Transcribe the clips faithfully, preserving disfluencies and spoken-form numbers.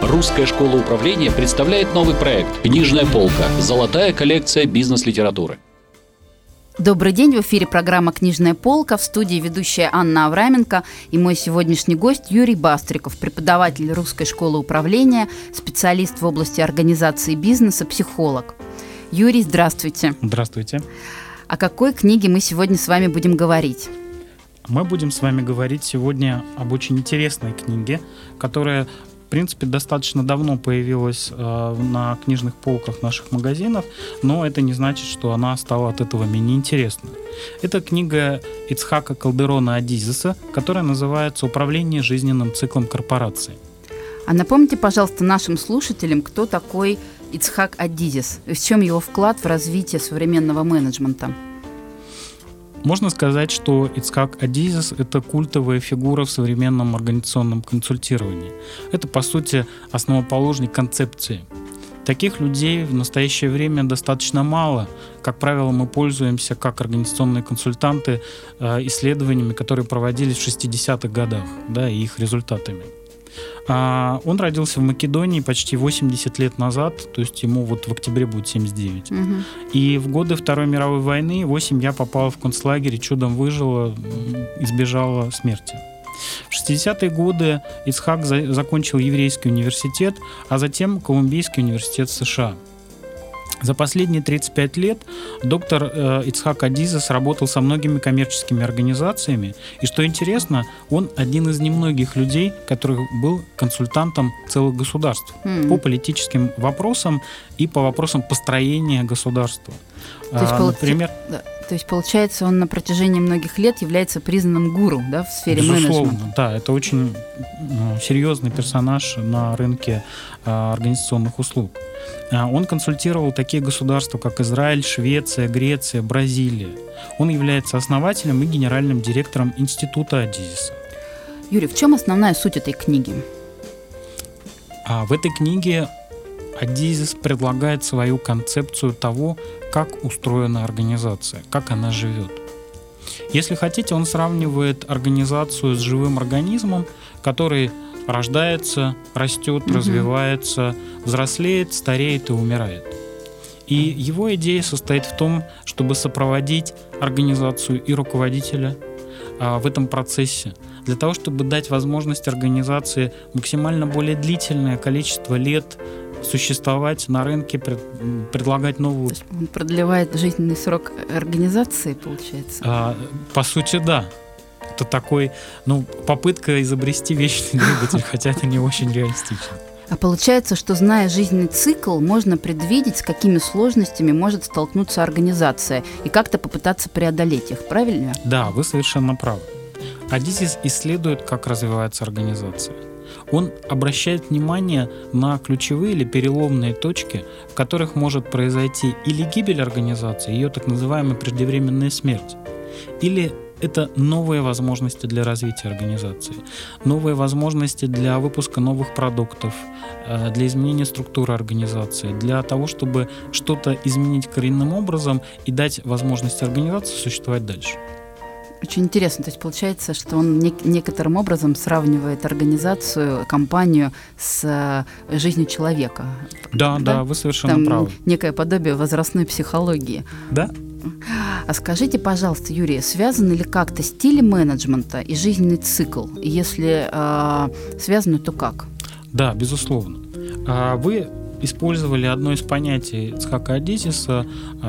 Русская школа управления представляет новый проект «Книжная полка. Золотая коллекция бизнес-литературы». Добрый день, в эфире программа «Книжная полка», в студии ведущая Анна Авраменко и мой сегодняшний гость Юрий Бастриков, преподаватель Русской школы управления, специалист в области организации бизнеса, психолог. Юрий, здравствуйте. Здравствуйте. О какой книге мы сегодня с вами будем говорить? Мы будем с вами говорить сегодня об очень интересной книге, которая, в принципе, достаточно давно появилась э, на книжных полках наших магазинов, но это не значит, что она стала от этого менее интересной. Это книга Ицхака Калдерона Адизеса, которая называется «Управление жизненным циклом корпорации». А напомните, пожалуйста, нашим слушателям, кто такой Ицхак Адизес и в чем его вклад в развитие современного менеджмента? Можно сказать, что Ицхак Адизес – это культовая фигура в современном организационном консультировании. Это, по сути, основоположник концепции. Таких людей в настоящее время достаточно мало. Как правило, мы пользуемся, как организационные консультанты, исследованиями, которые проводились в шестидесятых годах, да, и их результатами. Он родился в Македонии почти восемьдесят лет назад, то есть ему вот в октябре будет семьдесят девять. Угу. И в годы Второй мировой войны его семья попала в концлагерь и чудом выжила, избежала смерти. В шестидесятые годы Ицхак за- закончил еврейский университет, а затем Колумбийский университет США. За последние тридцать пять лет доктор э, Ицхак Адизес работал со многими коммерческими организациями. И что интересно, он один из немногих людей, который был консультантом целых государств mm. по политическим вопросам и по вопросам построения государства. То есть, а, полу... например, да. То есть, получается, он на протяжении многих лет является признанным гуру, да, в сфере безусловно, менеджмента? Да, это очень ну, серьезный персонаж на рынке а, организационных услуг. А, он консультировал такие государства, как Израиль, Швеция, Греция, Бразилия. Он является основателем и генеральным директором Института Адизеса. Юрий, в чем основная суть этой книги? А, в этой книге Адизес предлагает свою концепцию того, как устроена организация, как она живет. Если хотите, он сравнивает организацию с живым организмом, который рождается, растет, угу. развивается, взрослеет, стареет и умирает. И его идея состоит в том, чтобы сопроводить организацию и руководителя а, в этом процессе, для того, чтобы дать возможность организации максимально более длительное количество лет существовать на рынке, пред, предлагать новую... То есть он продлевает жизненный срок организации, получается? А, по сути, да. Это такой, ну, попытка изобрести вечный двигатель, хотя это не очень реалистично. А получается, что, зная жизненный цикл, можно предвидеть, с какими сложностями может столкнуться организация и как-то попытаться преодолеть их, правильно? Да, вы совершенно правы. Адизес исследует, как развивается организация. Он обращает внимание на ключевые или переломные точки, в которых может произойти или гибель организации, ее так называемая преждевременная смерть, или это новые возможности для развития организации, новые возможности для выпуска новых продуктов, для изменения структуры организации, для того, чтобы что-то изменить коренным образом и дать возможность организации существовать дальше. Очень интересно. То есть получается, что он не- некоторым образом сравнивает организацию, компанию с жизнью человека. Да, да, да, вы совершенно Там правы. Некое подобие возрастной психологии. Да. А скажите, пожалуйста, Юрий, связаны ли как-то стили менеджмента и жизненный цикл? И если э, связаны, то как? Да, безусловно. Вы использовали одно из понятий Ицхака Адизеса,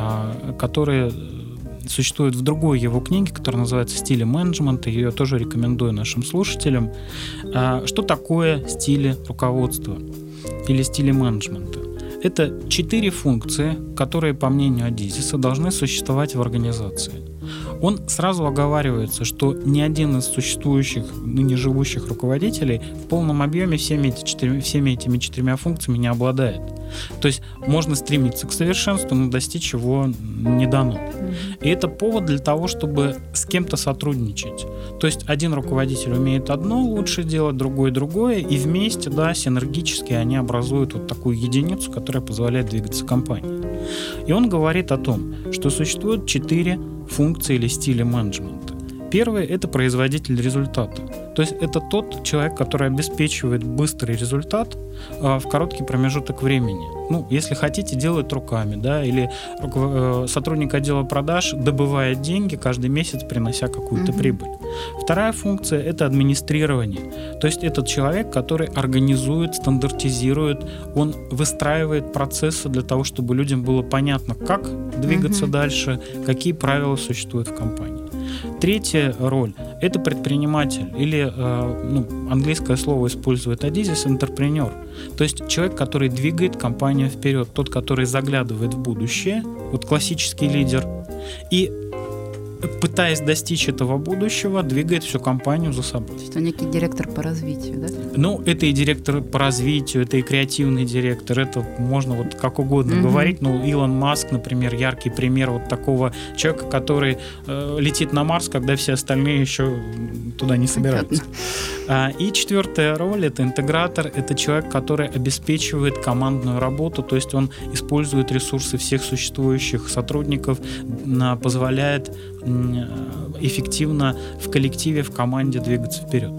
которое существует в другой его книге, которая называется «Стили менеджмента». Ее тоже рекомендую нашим слушателям. Что такое стили руководства или стили менеджмента? Это четыре функции, которые, по мнению Адизеса, должны существовать в организации. Он сразу оговаривается, что ни один из существующих, ныне живущих руководителей в полном объеме всеми, эти четырьмя, всеми этими четырьмя функциями не обладает. То есть можно стремиться к совершенству, но достичь его не дано. И это повод для того, чтобы с кем-то сотрудничать. То есть один руководитель умеет одно лучше делать, другой другое, и вместе, да, синергически они образуют вот такую единицу, которая позволяет двигаться компанией. И он говорит о том, что существует четыре функции или стиля менеджмента. Первый – это производитель результата. То есть это тот человек, который обеспечивает быстрый результат э, в короткий промежуток времени. Ну, если хотите, делает руками, да, или э, сотрудник отдела продаж добывает деньги каждый месяц, принося какую-то mm-hmm. прибыль. Вторая функция – это администрирование. То есть это человек, который организует, стандартизирует, он выстраивает процессы для того, чтобы людям было понятно, как двигаться mm-hmm. дальше, какие правила существуют в компании. Третья роль – это предприниматель, или э, ну, английское слово использует Adizes, entrepreneur. То есть человек, который двигает компанию вперед, тот, который заглядывает в будущее, вот классический лидер, и, пытаясь достичь этого будущего, двигает всю компанию за собой. То есть это некий директор по развитию, да? Ну, это и директор по развитию, это и креативный директор, это можно вот как угодно mm-hmm. говорить. Ну, Илон Маск, например, яркий пример вот такого человека, который э, летит на Марс, когда все остальные еще туда не собираются. А, и четвертая роль – это интегратор, это человек, который обеспечивает командную работу, то есть он использует ресурсы всех существующих сотрудников, на, позволяет эффективно в коллективе, в команде двигаться вперед.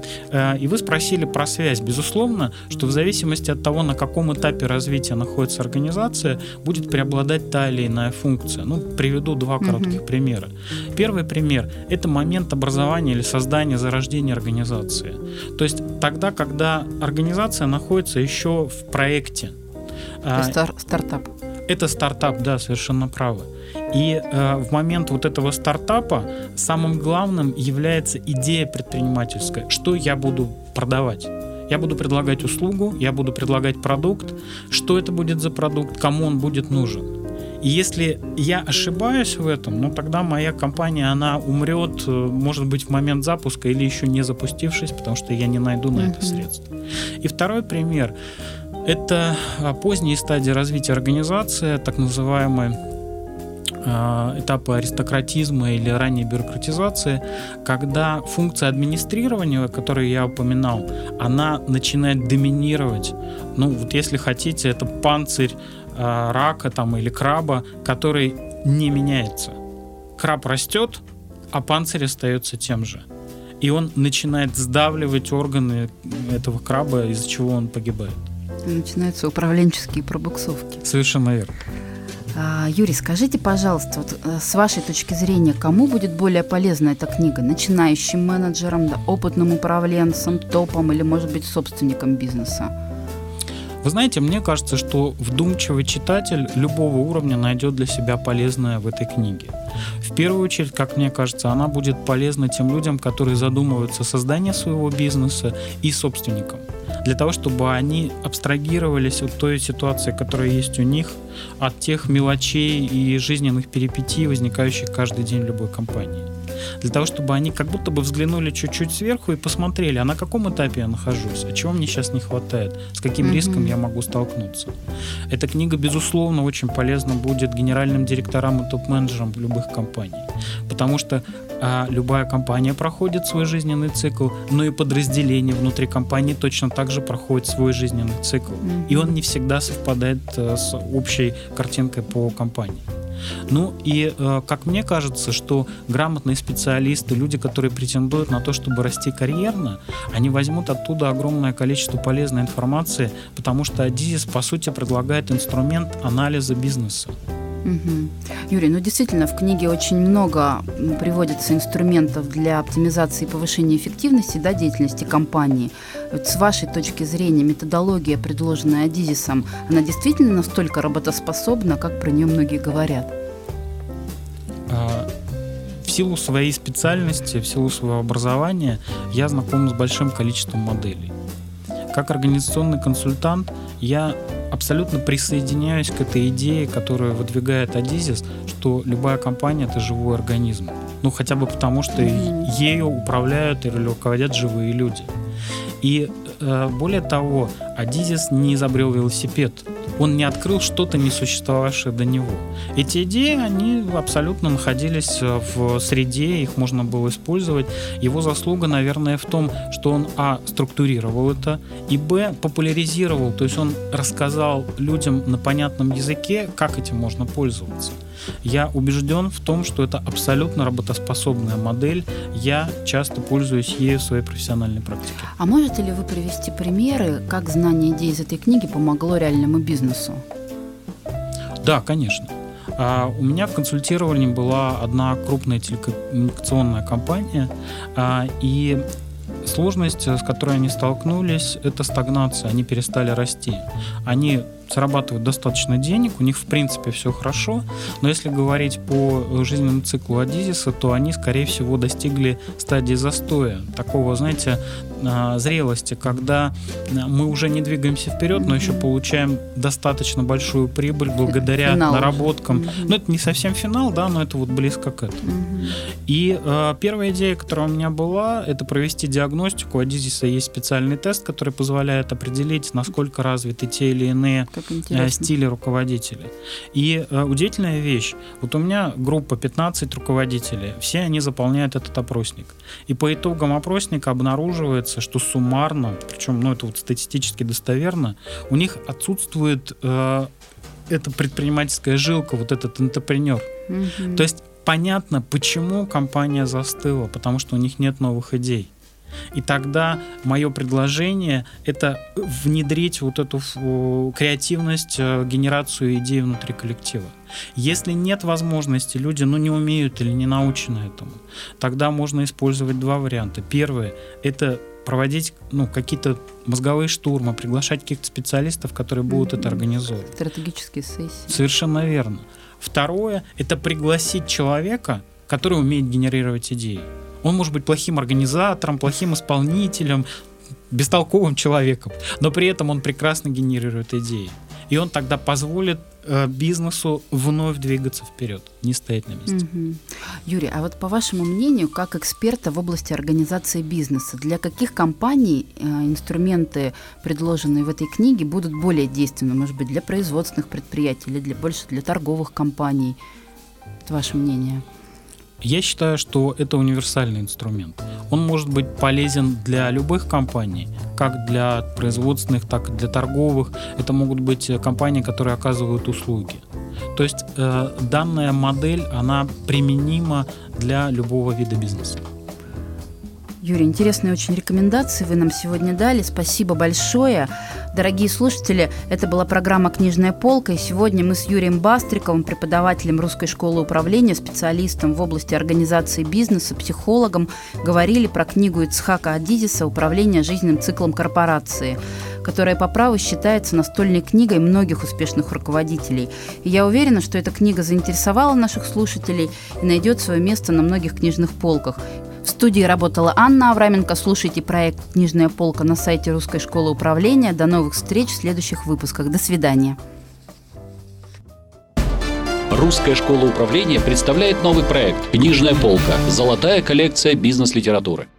И вы спросили про связь. Безусловно, что в зависимости от того, на каком этапе развития находится организация, будет преобладать та или иная функция. Ну, приведу два коротких mm-hmm. примера. Первый пример – это момент образования или создания, зарождения организации. То есть тогда, когда организация находится еще в проекте. Это стар- стартап. Это стартап, да, совершенно правы. И э, в момент вот этого стартапа самым главным является идея предпринимательская. Что я буду продавать? Я буду предлагать услугу, я буду предлагать продукт. Что это будет за продукт, кому он будет нужен? И если я ошибаюсь в этом, ну тогда моя компания, она умрет, может быть, в момент запуска или еще не запустившись, потому что я не найду на это средства. И второй пример – это поздние стадии развития организации, так называемые этапы аристократизма или ранней бюрократизации, когда функция администрирования, которую я упоминал, она начинает доминировать. Ну, вот если хотите, это панцирь э, рака там, или краба, который не меняется. Краб растет, а панцирь остается тем же. И он начинает сдавливать органы этого краба, из-за чего он погибает. Начинаются управленческие пробуксовки. Совершенно верно. Юрий, скажите, пожалуйста, вот с вашей точки зрения, кому будет более полезна эта книга? Начинающим менеджерам, да, опытным управленцам, топам или, может быть, собственникам бизнеса? Вы знаете, мне кажется, что вдумчивый читатель любого уровня найдет для себя полезное в этой книге. В первую очередь, как мне кажется, она будет полезна тем людям, которые задумываются о создании своего бизнеса, и собственникам, для того, чтобы они абстрагировались от той ситуации, которая есть у них, от тех мелочей и жизненных перипетий, возникающих каждый день в любой компании. Для того, чтобы они как будто бы взглянули чуть-чуть сверху и посмотрели, а на каком этапе я нахожусь, а чего мне сейчас не хватает, с каким mm-hmm. риском я могу столкнуться. Эта книга, безусловно, очень полезна будет генеральным директорам и топ-менеджерам любых компаний, потому что а, любая компания проходит свой жизненный цикл, но и подразделение внутри компании точно так же проходит свой жизненный цикл, mm-hmm. и он не всегда совпадает а, с общей картинкой по компании. Ну и, э, как мне кажется, что грамотные специалисты, люди, которые претендуют на то, чтобы расти карьерно, они возьмут оттуда огромное количество полезной информации, потому что Adizes, по сути, предлагает инструмент анализа бизнеса. Угу. Юрий, ну действительно, в книге очень много приводится инструментов для оптимизации и повышения эффективности, да, деятельности компании. Вот с вашей точки зрения, методология, предложенная Adizes'ом, она действительно настолько работоспособна, как про нее многие говорят? В силу своей специальности, в силу своего образования я знаком с большим количеством моделей. Как организационный консультант я абсолютно присоединяюсь к этой идее, которую выдвигает Adizes, что любая компания — это живой организм. Ну, хотя бы потому, что mm-hmm. ею управляют или руководят живые люди. И э, более того, Adizes не изобрел велосипед. Он не открыл что-то, не существовавшее до него. Эти идеи, они абсолютно находились в среде, их можно было использовать. Его заслуга, наверное, в том, что он, а, структурировал это, и, б, популяризировал, то есть он рассказал людям на понятном языке, как этим можно пользоваться. Я убежден в том, что это абсолютно работоспособная модель. Я часто пользуюсь ею в своей профессиональной практике. А можете ли вы привести примеры, как знание идей из этой книги помогло реальному бизнесу? Да, конечно. А у меня в консультировании была одна крупная телекоммуникационная компания, а, и сложность, с которой они столкнулись, это стагнация. Они перестали расти. Они зарабатывают достаточно денег, у них в принципе все хорошо, но если говорить по жизненному циклу Адизиса, то они, скорее всего, достигли стадии застоя, такого, знаете, зрелости, когда мы уже не двигаемся вперед, но еще получаем достаточно большую прибыль благодаря финал наработкам. Уже. Ну, это не совсем финал, да, но это вот близко к этому. Угу. И э, первая идея, которая у меня была, это провести диагностику. У Адизиса есть специальный тест, который позволяет определить, насколько развиты те или иные стили руководителей. И э, удивительная вещь. Вот у меня группа пятнадцать руководителей. Все они заполняют этот опросник. И по итогам опросника обнаруживается, что суммарно, причем ну, это вот статистически достоверно, у них отсутствует э, эта предпринимательская жилка, вот этот интерпренер. Mm-hmm. То есть понятно, почему компания застыла, потому что у них нет новых идей. И тогда мое предложение – это внедрить вот эту креативность, генерацию идей внутри коллектива. Если нет возможности, люди ну, не умеют или не научены этому, тогда можно использовать два варианта. Первый – это проводить ну, какие-то мозговые штурмы, приглашать каких-то специалистов, которые будут mm-hmm. это организовывать. Стратегические сессии. Совершенно верно. Второе – это пригласить человека, который умеет генерировать идеи. Он может быть плохим организатором, плохим исполнителем, бестолковым человеком, но при этом он прекрасно генерирует идеи. И он тогда позволит э, бизнесу вновь двигаться вперед, не стоять на месте. Угу. Юрий, а вот по вашему мнению, как эксперта в области организации бизнеса, для каких компаний э, инструменты, предложенные в этой книге, будут более действенны? Может быть, для производственных предприятий или для, больше для торговых компаний? Это ваше мнение? Я считаю, что это универсальный инструмент. Он может быть полезен для любых компаний, как для производственных, так и для торговых. Это могут быть компании, которые оказывают услуги. То есть э, данная модель, она применима для любого вида бизнеса. Юрий, интересные очень рекомендации вы нам сегодня дали. Спасибо большое. Дорогие слушатели, это была программа «Книжная полка», и сегодня мы с Юрием Бастриковым, преподавателем Русской школы управления, специалистом в области организации бизнеса, психологом, говорили про книгу Ицхака Адизиса «Управление жизненным циклом корпорации», которая по праву считается настольной книгой многих успешных руководителей. И я уверена, что эта книга заинтересовала наших слушателей и найдет свое место на многих книжных полках. В студии работала Анна Авраменко. Слушайте проект «Книжная полка» на сайте Русской школы управления. До новых встреч в следующих выпусках. До свидания. Русская школа управления представляет новый проект «Книжная полка. Золотая коллекция бизнес-литературы».